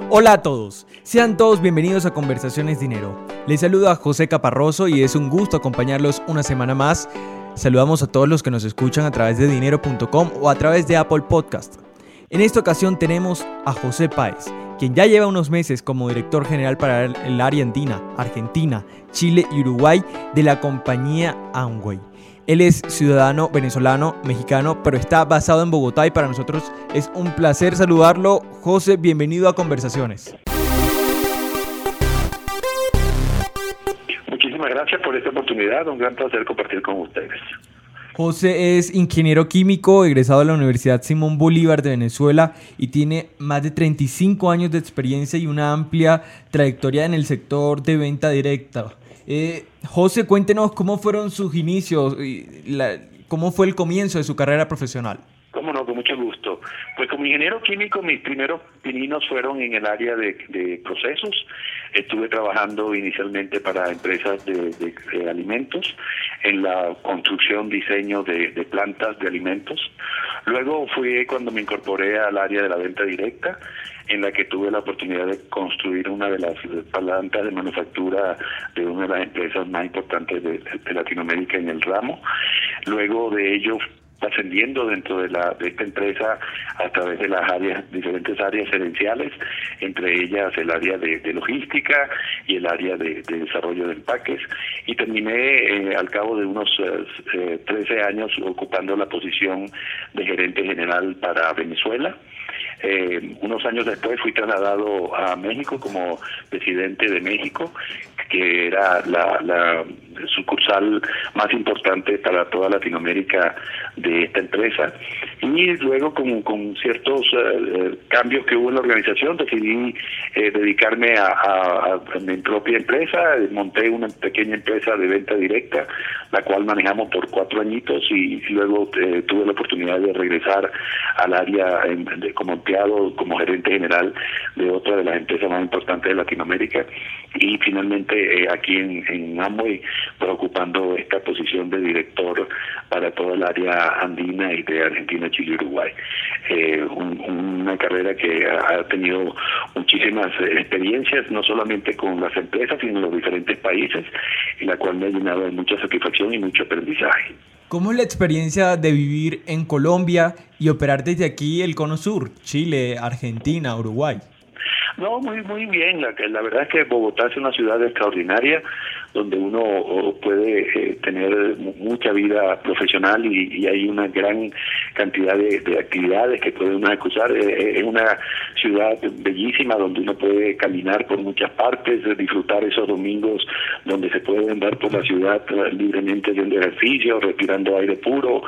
Hola a todos, sean todos bienvenidos a Conversaciones Dinero. Les saluda José Caparroso y es un gusto acompañarlos una semana más. Saludamos a todos los que nos escuchan a través de dinero.com o a través de Apple Podcast. En esta ocasión tenemos a José Páez, quien ya lleva unos meses como director general para el área andina, Argentina, Chile y Uruguay de la compañía Amway. Él es ciudadano venezolano, mexicano, pero está basado en Bogotá y para nosotros es un placer saludarlo. José, bienvenido a Conversaciones. Muchísimas gracias por esta oportunidad, un gran placer compartir con ustedes. José es ingeniero químico, egresado de la Universidad Simón Bolívar de Venezuela y tiene más de 35 años de experiencia y una amplia trayectoria en el sector de venta directa. José, cuéntenos cómo fueron sus inicios, cómo fue el comienzo de su carrera profesional. Cómo no, con mucho gusto. Pues como ingeniero químico, mis primeros pininos fueron en el área de procesos. Estuve trabajando inicialmente para empresas de alimentos, en la construcción, diseño de plantas de alimentos. Luego fui cuando me incorporé al área de la venta directa, en la que tuve la oportunidad de construir una de las plantas de manufactura de una de las empresas más importantes de Latinoamérica en el ramo. Luego de ello, ascendiendo dentro de esta empresa a través de las diferentes áreas gerenciales, entre ellas el área de logística y el área de desarrollo de empaques, y terminé al cabo de unos 13 años ocupando la posición de gerente general para Venezuela. Unos años después fui trasladado a México como presidente de México, que era la sucursal más importante para toda Latinoamérica de esta empresa. Y luego con ciertos cambios que hubo en la organización, decidí dedicarme a mi propia empresa. Monté una pequeña empresa de venta directa, la cual manejamos por 4 añitos, y luego tuve la oportunidad de regresar al área como empleado, como gerente general de otra de las empresas más importantes de Latinoamérica, y finalmente aquí en Amway, ocupando esta posición de director para toda el área andina y de Argentina, Chile y Uruguay. Una carrera que ha tenido muchísimas experiencias, no solamente con las empresas, sino en los diferentes países, y la cual me ha llenado de mucha satisfacción y mucho aprendizaje. ¿Cómo es la experiencia de vivir en Colombia y operar desde aquí el Cono Sur, Chile, Argentina, Uruguay? No, muy bien. La verdad es que Bogotá es una ciudad extraordinaria, donde uno puede tener mucha vida profesional y hay una gran cantidad de actividades que puede uno excusar. Es una ciudad bellísima donde uno puede caminar por muchas partes, disfrutar esos domingos donde se puede andar por la ciudad libremente haciendo ejercicio, respirando aire puro.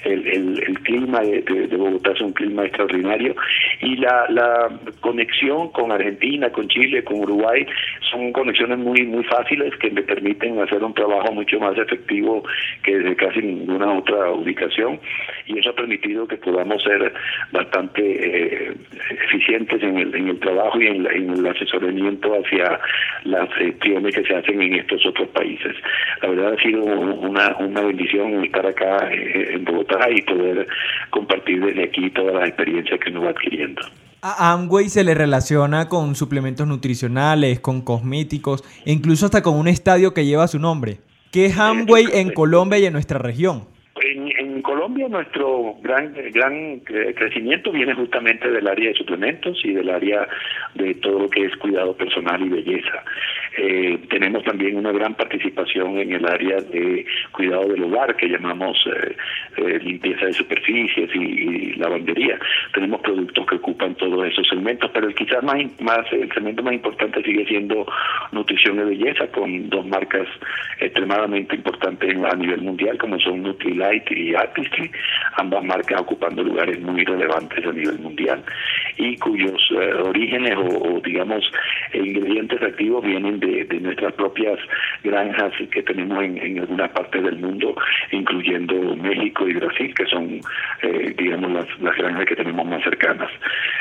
El clima de Bogotá es un clima extraordinario, y la conexión con Argentina, con Chile, con Uruguay son conexiones muy fáciles que me permiten hacer un trabajo mucho más efectivo que desde casi ninguna otra ubicación, y eso ha permitido que podamos ser bastante eficientes en el trabajo y en el asesoramiento hacia las gestiones que se hacen en estos otros países. La verdad ha sido una bendición estar acá en Bogotá y poder compartir desde aquí todas las experiencias que uno va adquiriendo. A Amway se le relaciona con suplementos nutricionales, con cosméticos e incluso hasta con un estadio que lleva su nombre. ¿Qué es Amway en Colombia y en nuestra región? En Colombia nuestro gran crecimiento viene justamente del área de suplementos y del área de todo lo que es cuidado personal y belleza. Tenemos también una gran participación en el área de cuidado del hogar, que llamamos limpieza de superficies y lavandería. Tenemos productos que ocupan todos esos segmentos, pero quizás el segmento más importante sigue siendo nutrición y belleza, con 2 marcas extremadamente importantes a nivel mundial, como son Nutrilite y Artistry, ambas marcas ocupando lugares muy relevantes a nivel mundial, y cuyos orígenes o digamos ingredientes activos vienen de nuestras propias granjas que tenemos en algunas partes del mundo, incluyendo México y Brasil, que son digamos las granjas que tenemos más cercanas.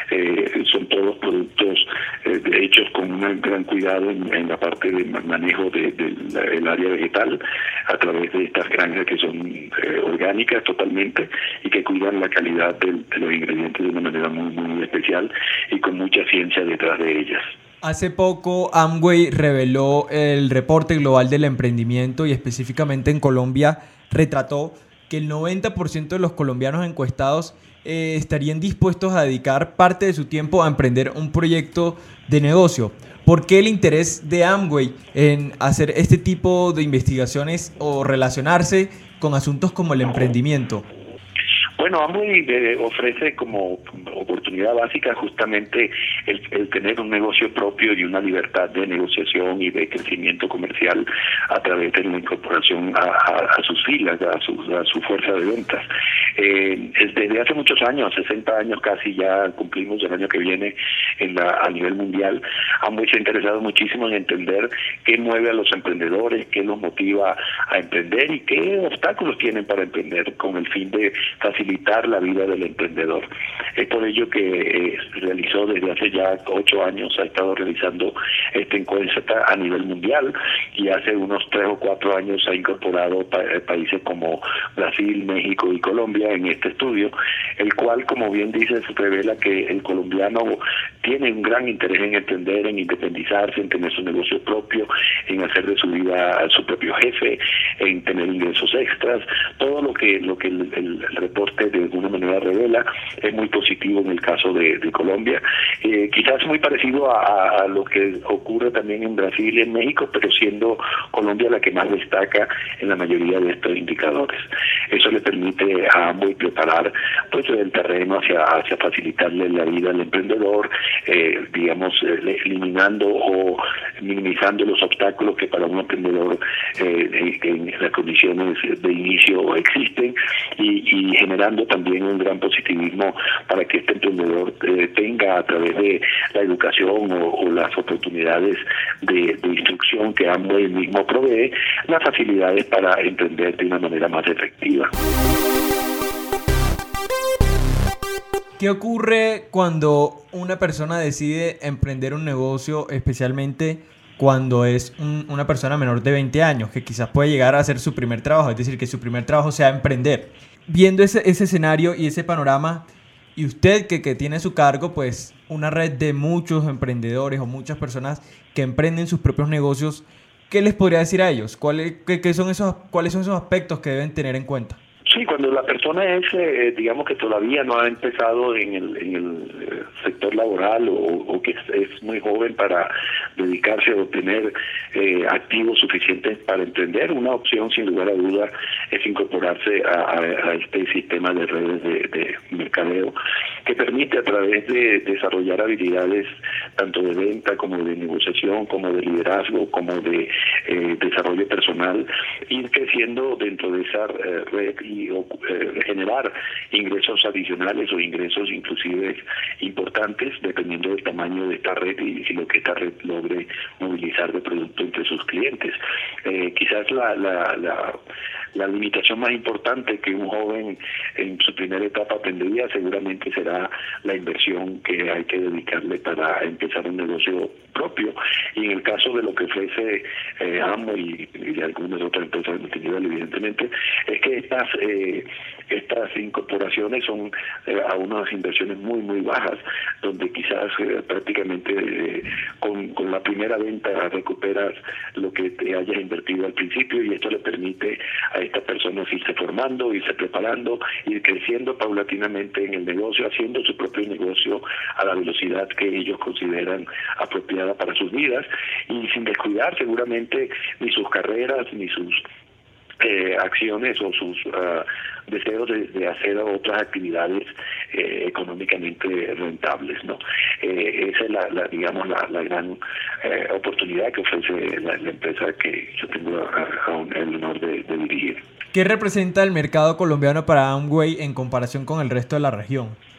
son todos productos hechos con un gran cuidado en la parte de manejo del área vegetal a través de estas granjas que son orgánicas totalmente y que cuidan la calidad de los ingredientes de una manera muy, muy especial y con mucha ciencia detrás de ellas. Hace poco Amway reveló el reporte global del emprendimiento y específicamente en Colombia retrató que el 90% de los colombianos encuestados estarían dispuestos a dedicar parte de su tiempo a emprender un proyecto de negocio. ¿Por qué el interés de Amway en hacer este tipo de investigaciones o relacionarse con asuntos como el emprendimiento? Bueno, Amway ofrece como oportunidad básica justamente el tener un negocio propio y una libertad de negociación y de crecimiento comercial a través de la incorporación a sus filas, a su fuerza de ventas. Desde hace muchos años, 60 años casi ya cumplimos el año que viene a nivel mundial, Amway se ha interesado muchísimo en entender qué mueve a los emprendedores, qué los motiva a emprender y qué obstáculos tienen para emprender con el fin de facilitar la vida del emprendedor. Es por ello que realizó desde hace ya 8 años, ha estado realizando esta encuesta a nivel mundial y hace unos 3 o 4 años ha incorporado países como Brasil, México y Colombia en este estudio, el cual, como bien dices, revela que el colombiano tiene un gran interés en emprender, en independizarse, en tener su negocio propio, en hacer de su vida su propio jefe, en tener ingresos extras. Todo lo que el reporte de alguna manera revela es muy positivo en el caso de Colombia. Quizás muy parecido a lo que ocurre también en Brasil y en México, pero siendo Colombia la que más destaca en la mayoría de estos indicadores. Eso le permite a Amway preparar pues el terreno hacia facilitarle la vida al emprendedor, eliminando o minimizando los obstáculos que para un emprendedor en las condiciones de inicio existen y generando también un gran positivismo para que este emprendedor tenga a través de la educación o las oportunidades de instrucción que Amway mismo provee, las facilidades para emprender de una manera más efectiva. ¿Qué ocurre cuando una persona decide emprender un negocio, especialmente cuando es una persona menor de 20 años, que quizás puede llegar a hacer su primer trabajo, es decir, que su primer trabajo sea emprender? Viendo ese escenario y ese panorama, y usted que tiene a su cargo pues una red de muchos emprendedores o muchas personas que emprenden sus propios negocios, ¿qué les podría decir a ellos? ¿Cuáles son esos aspectos que deben tener en cuenta? Sí, cuando la persona es, digamos que todavía no ha empezado en el sector laboral o que es muy joven para dedicarse a obtener activos suficientes para emprender, una opción sin lugar a duda es incorporarse a este sistema de redes de mercadeo que permite a través de desarrollar habilidades tanto de venta como de negociación, como de liderazgo, como de desarrollo personal, ir creciendo dentro de esa red y generar ingresos adicionales o ingresos inclusive importantes dependiendo del tamaño de esta red y lo que esta red logre movilizar de producto entre sus clientes. Quizás la limitación más importante que un joven en su primera etapa tendría seguramente será la inversión que hay que dedicarle para empezar un negocio propio, y en el caso de lo que ofrece Amway y de algunas otras empresas multinivel, evidentemente, es que estas incorporaciones son a unas inversiones muy muy bajas, donde quizás prácticamente con la primera venta recuperas lo que te hayas invertido al principio, y esto le permite a estas personas irse formando, irse preparando, ir creciendo paulatinamente en el negocio, haciendo su propio negocio a la velocidad que ellos consideran apropiada para sus vidas, y sin descuidar seguramente ni sus carreras ni sus acciones o sus deseos de hacer otras actividades económicamente rentables, ¿no? Esa es la gran oportunidad que ofrece la empresa que yo tengo el honor de dirigir. ¿Qué representa el mercado colombiano para Amway en comparación con el resto de la región?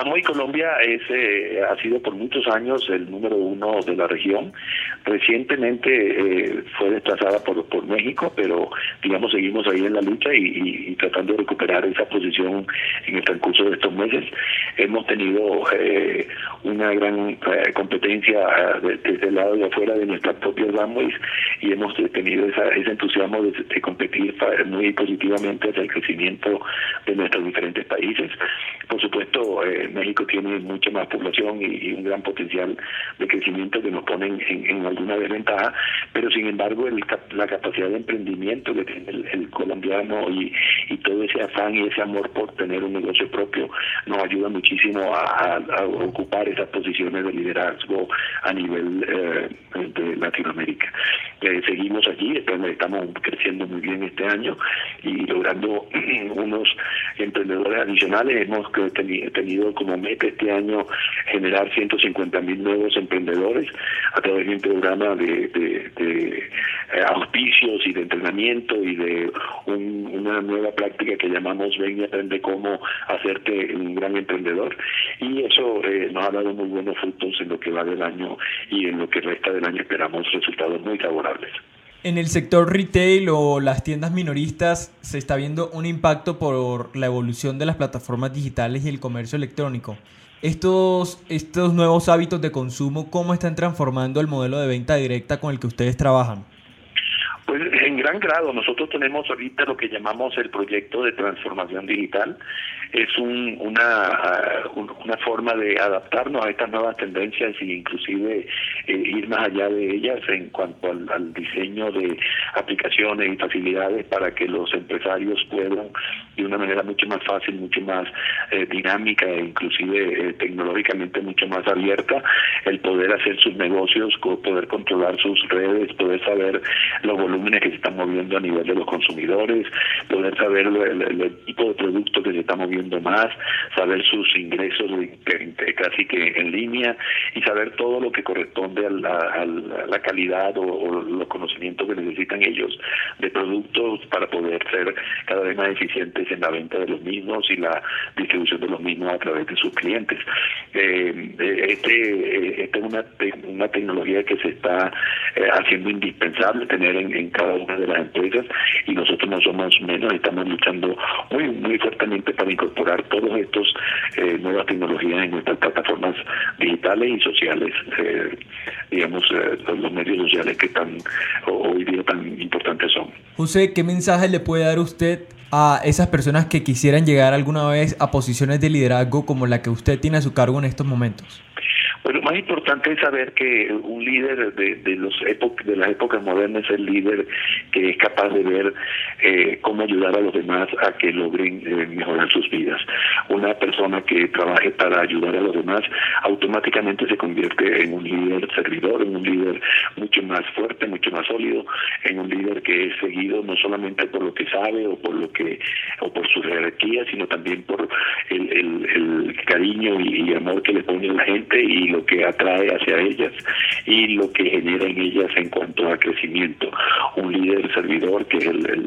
Amway Colombia ha sido por muchos años el número 1 de la región. Recientemente fue desplazada por México, pero digamos seguimos ahí en la lucha y tratando de recuperar esa posición en el transcurso de estos meses. Hemos tenido una gran competencia desde el lado de afuera de nuestras propias Amways y hemos tenido ese entusiasmo de competir muy positivamente hacia el crecimiento de nuestros diferentes países. Por supuesto, México tiene mucha más población y un gran potencial de crecimiento que nos ponen en alguna desventaja, pero sin embargo la capacidad de emprendimiento que tiene el colombiano y todo ese afán y ese amor por tener un negocio propio nos ayuda muchísimo a ocupar esas posiciones de liderazgo a nivel de Latinoamérica. Seguimos allí, estamos creciendo muy bien este año y logrando unos emprendedores adicionales. Hemos tenido como meta este año generar 150,000 nuevos emprendedores a través de un programa de auspicios y de entrenamiento y de una nueva práctica que llamamos Ven y Aprende cómo hacerte un gran emprendedor, y eso nos ha dado muy buenos frutos en lo que va del año, y en lo que resta del año esperamos resultados muy favorables. En el sector retail o las tiendas minoristas se está viendo un impacto por la evolución de las plataformas digitales y el comercio electrónico. Estos nuevos hábitos de consumo, ¿cómo están transformando el modelo de venta directa con el que ustedes trabajan? Pues en gran grado. Nosotros tenemos ahorita lo que llamamos el proyecto de transformación digital. Es una forma de adaptarnos a estas nuevas tendencias e inclusive ir más allá de ellas en cuanto al diseño de aplicaciones y facilidades para que los empresarios puedan, de una manera mucho más fácil, mucho más dinámica e inclusive tecnológicamente mucho más abierta, el poder hacer sus negocios, poder controlar sus redes, poder saber los volúmenes que se están moviendo a nivel de los consumidores, poder saber el tipo de producto que se está moviendo más, saber sus ingresos casi que en línea y saber todo lo que corresponde a la calidad o los conocimientos que necesitan ellos de productos para poder ser cada vez más eficientes en la venta de los mismos y la distribución de los mismos a través de sus clientes. Esta es una tecnología que se está haciendo indispensable tener en cada una de las empresas, y nosotros no somos menos, estamos luchando muy fuertemente para incorporar todos estos nuevas tecnologías en nuestras plataformas digitales y sociales, los medios sociales que hoy día tan importantes son. José, ¿qué mensaje le puede dar usted a esas personas que quisieran llegar alguna vez a posiciones de liderazgo como la que usted tiene a su cargo en estos momentos? Bueno, lo más importante es saber que un líder de las épocas modernas es el líder que es capaz de ver cómo ayudar a los demás a que logren mejorar sus vidas. Una persona que trabaje para ayudar a los demás automáticamente se convierte en un líder servidor, en un líder mucho más fuerte, mucho más sólido, en un líder que es seguido no solamente por lo que sabe o por su jerarquía, sino también por el cariño y amor que le pone a la gente y lo que atrae hacia ellas y lo que genera en ellas en cuanto a crecimiento. Un líder servidor, que es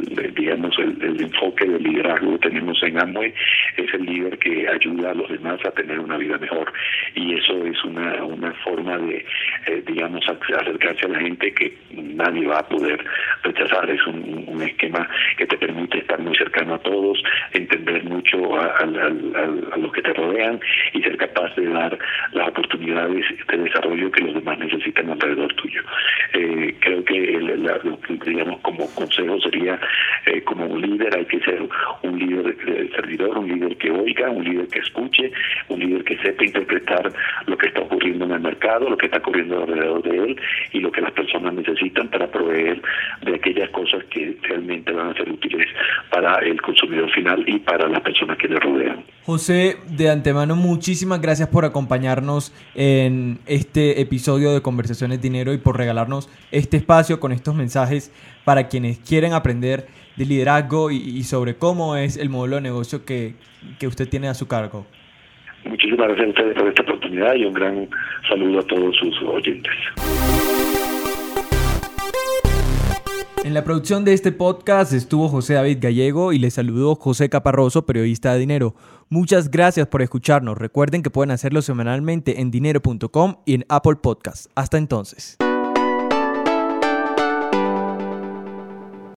el enfoque del liderazgo que tenemos en Amway, es el líder que ayuda a los demás a tener una vida mejor, y eso es una forma de acercarse a la gente que nadie va a poder rechazar. Es un esquema que te permite estar muy cercano a todos, entender mucho a los que te rodean y ser capaz de dar las oportunidades de desarrollo que los demás necesitan alrededor tuyo. Creo que como consejo sería, como un líder hay que ser un líder servidor, un líder que oiga, un líder que escuche, un líder que sepa interpretar lo que está ocurriendo en el mercado, lo que está ocurriendo alrededor de él y lo que las personas necesitan para proveer de aquellas cosas que realmente van a ser útiles para el consumidor final y para las personas que le rodean. José, de antemano, muchísimas gracias por acompañarnos en este episodio de Conversaciones Dinero y por regalarnos este espacio con estos mensajes para quienes quieren aprender de liderazgo y sobre cómo es el modelo de negocio que usted tiene a su cargo. Muchísimas gracias a ustedes por esta oportunidad y un gran saludo a todos sus oyentes. En En la producción de este podcast estuvo José David Gallego y les saludó José Caparroso, periodista de Dinero. Muchas gracias por escucharnos. Recuerden que pueden hacerlo semanalmente en dinero.com y en Apple Podcasts. Hasta entonces.